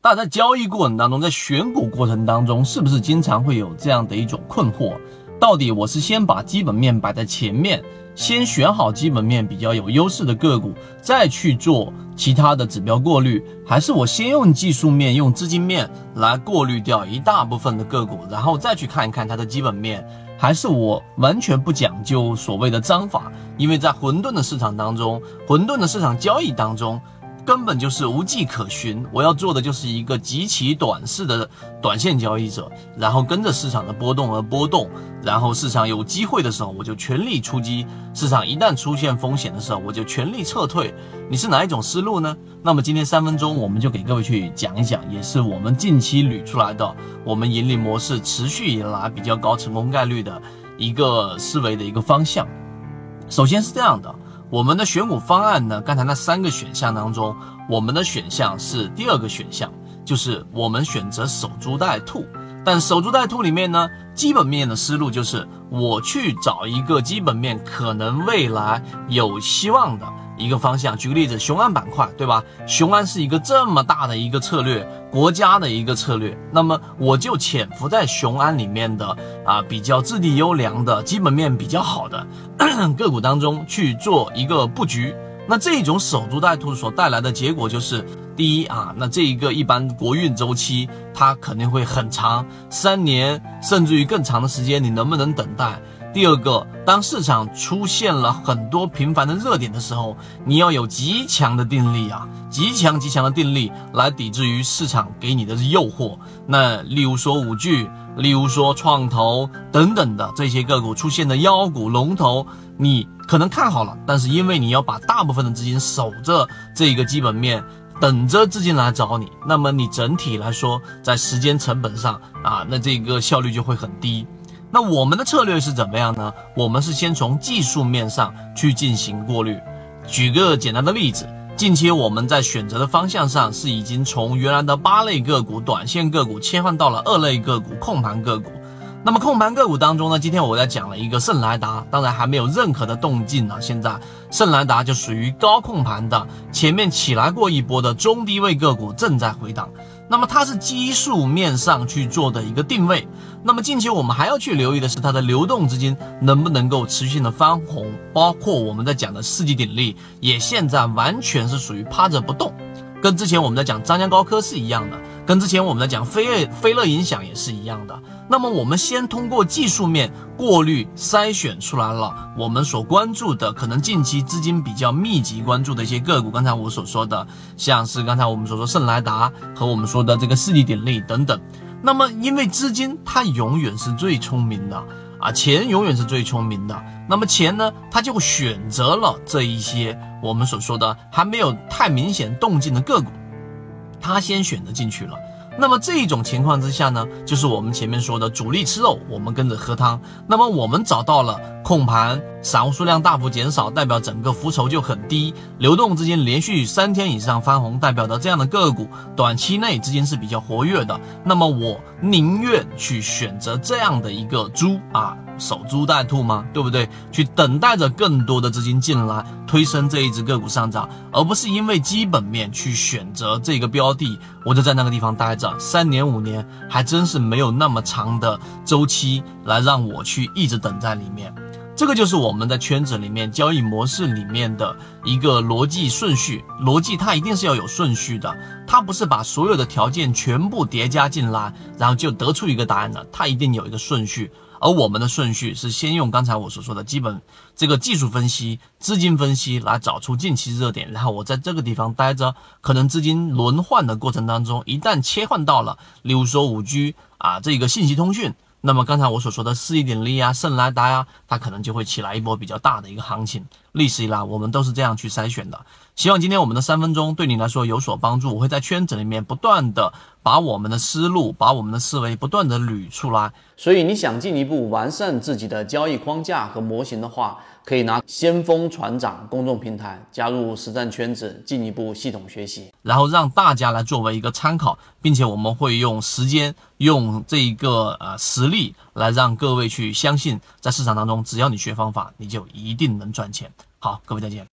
大家在交易过程当中，在选股过程当中，是不是经常会有这样的一种困惑？到底我是先把基本面摆在前面，先选好基本面比较有优势的个股，再去做其他的指标过滤，还是我先用技术面、用资金面来过滤掉一大部分的个股，然后再去看一看它的基本面？还是我完全不讲究所谓的章法？因为在混沌的市场当中，混沌的市场交易当中，根本就是无迹可寻，我要做的就是一个极其短视的短线交易者，然后跟着市场的波动而波动，然后市场有机会的时候我就全力出击，市场一旦出现风险的时候我就全力撤退。你是哪一种思路呢？那么今天3分钟我们就给各位去讲一讲，也是我们近期捋出来的我们盈利模式持续以来比较高成功概率的一个思维的一个方向。首先是这样的，我们的选股方案呢，刚才那3个选项当中，我们的选项是第2个选项，就是我们选择守株待兔。但守株待兔里面呢，基本面的思路就是我去找一个基本面可能未来有希望的一个方向。举个例子，雄安板块，对吧？雄安是一个这么大的一个策略，国家的一个策略，那么我就潜伏在雄安里面的比较质地优良的基本面比较好的个股当中去做一个布局。那这种守株待兔所带来的结果就是，第一那这一个一般国运周期它肯定会很长，3年甚至于更长的时间，你能不能等待？第二个，当市场出现了很多频繁的热点的时候，你要有极强的定力极强的定力来抵制于市场给你的诱惑。那例如说5G，例如说创投等等的这些个股出现的妖股龙头，你可能看好了，但是因为你要把大部分的资金守着这个基本面，等着资金来找你，那么你整体来说在时间成本上那这个效率就会很低。那我们的策略是怎么样呢？我们是先从技术面上去进行过滤。举个简单的例子，近期我们在选择的方向上是已经从原来的8类个股短线个股切换到了2类个股控盘个股。那么控盘个股当中呢，今天我在讲了一个圣莱达，当然还没有任何的动静现在圣莱达就属于高控盘的，前面起来过一波的中低位个股正在回档，那么它是基数面上去做的一个定位。那么近期我们还要去留意的是它的流动资金能不能够持续性的翻红，包括我们在讲的世纪鼎立也现在完全是属于趴着不动，跟之前我们在讲张江高科是一样的，跟之前我们在讲飞乐影响也是一样的。那么我们先通过技术面过滤筛选出来了我们所关注的可能近期资金比较密集关注的一些个股，刚才我所说的像是刚才我们所说圣莱达和我们说的这个世纪鼎立等等。那么因为资金它永远是最聪明的钱永远是最聪明的，那么钱呢，它就选择了这一些我们所说的还没有太明显动静的个股，它先选择进去了。那么这种情况之下呢，就是我们前面说的主力吃肉，我们跟着喝汤。那么我们找到了控盘散户数量大幅减少，代表整个浮筹就很低，流动资金连续3天以上翻红，代表的这样的个股短期内资金是比较活跃的。那么我宁愿去选择这样的一个猪守株待兔嘛，对不对？去等待着更多的资金进来推升这一只个股上涨，而不是因为基本面去选择这个标的，我就在那个地方待着3年5年，还真是没有那么长的周期来让我去一直等在里面。这个就是我们在圈子里面交易模式里面的一个逻辑顺序，逻辑它一定是要有顺序的，它不是把所有的条件全部叠加进来然后就得出一个答案的，它一定有一个顺序。而我们的顺序是先用刚才我所说的基本这个技术分析、资金分析来找出近期热点，然后我在这个地方待着，可能资金轮换的过程当中，一旦切换到了例如说5G这个信息通讯，那么刚才我所说的世纪鼎立圣莱达它可能就会起来一波比较大的一个行情。历史以来我们都是这样去筛选的。希望今天我们的3分钟对你来说有所帮助，我会在圈子里面不断的把我们的思路、把我们的思维不断的捋出来。 所以你想进一步完善自己的交易框架和模型的话，可以拿先锋船长公众平台加入实战圈子，进一步系统学习， 然后让大家来作为一个参考，并且我们会用时间、用这一个实力来让各位去相信，在市场当中只要你学方法，你就一定能赚钱。好，各位再见。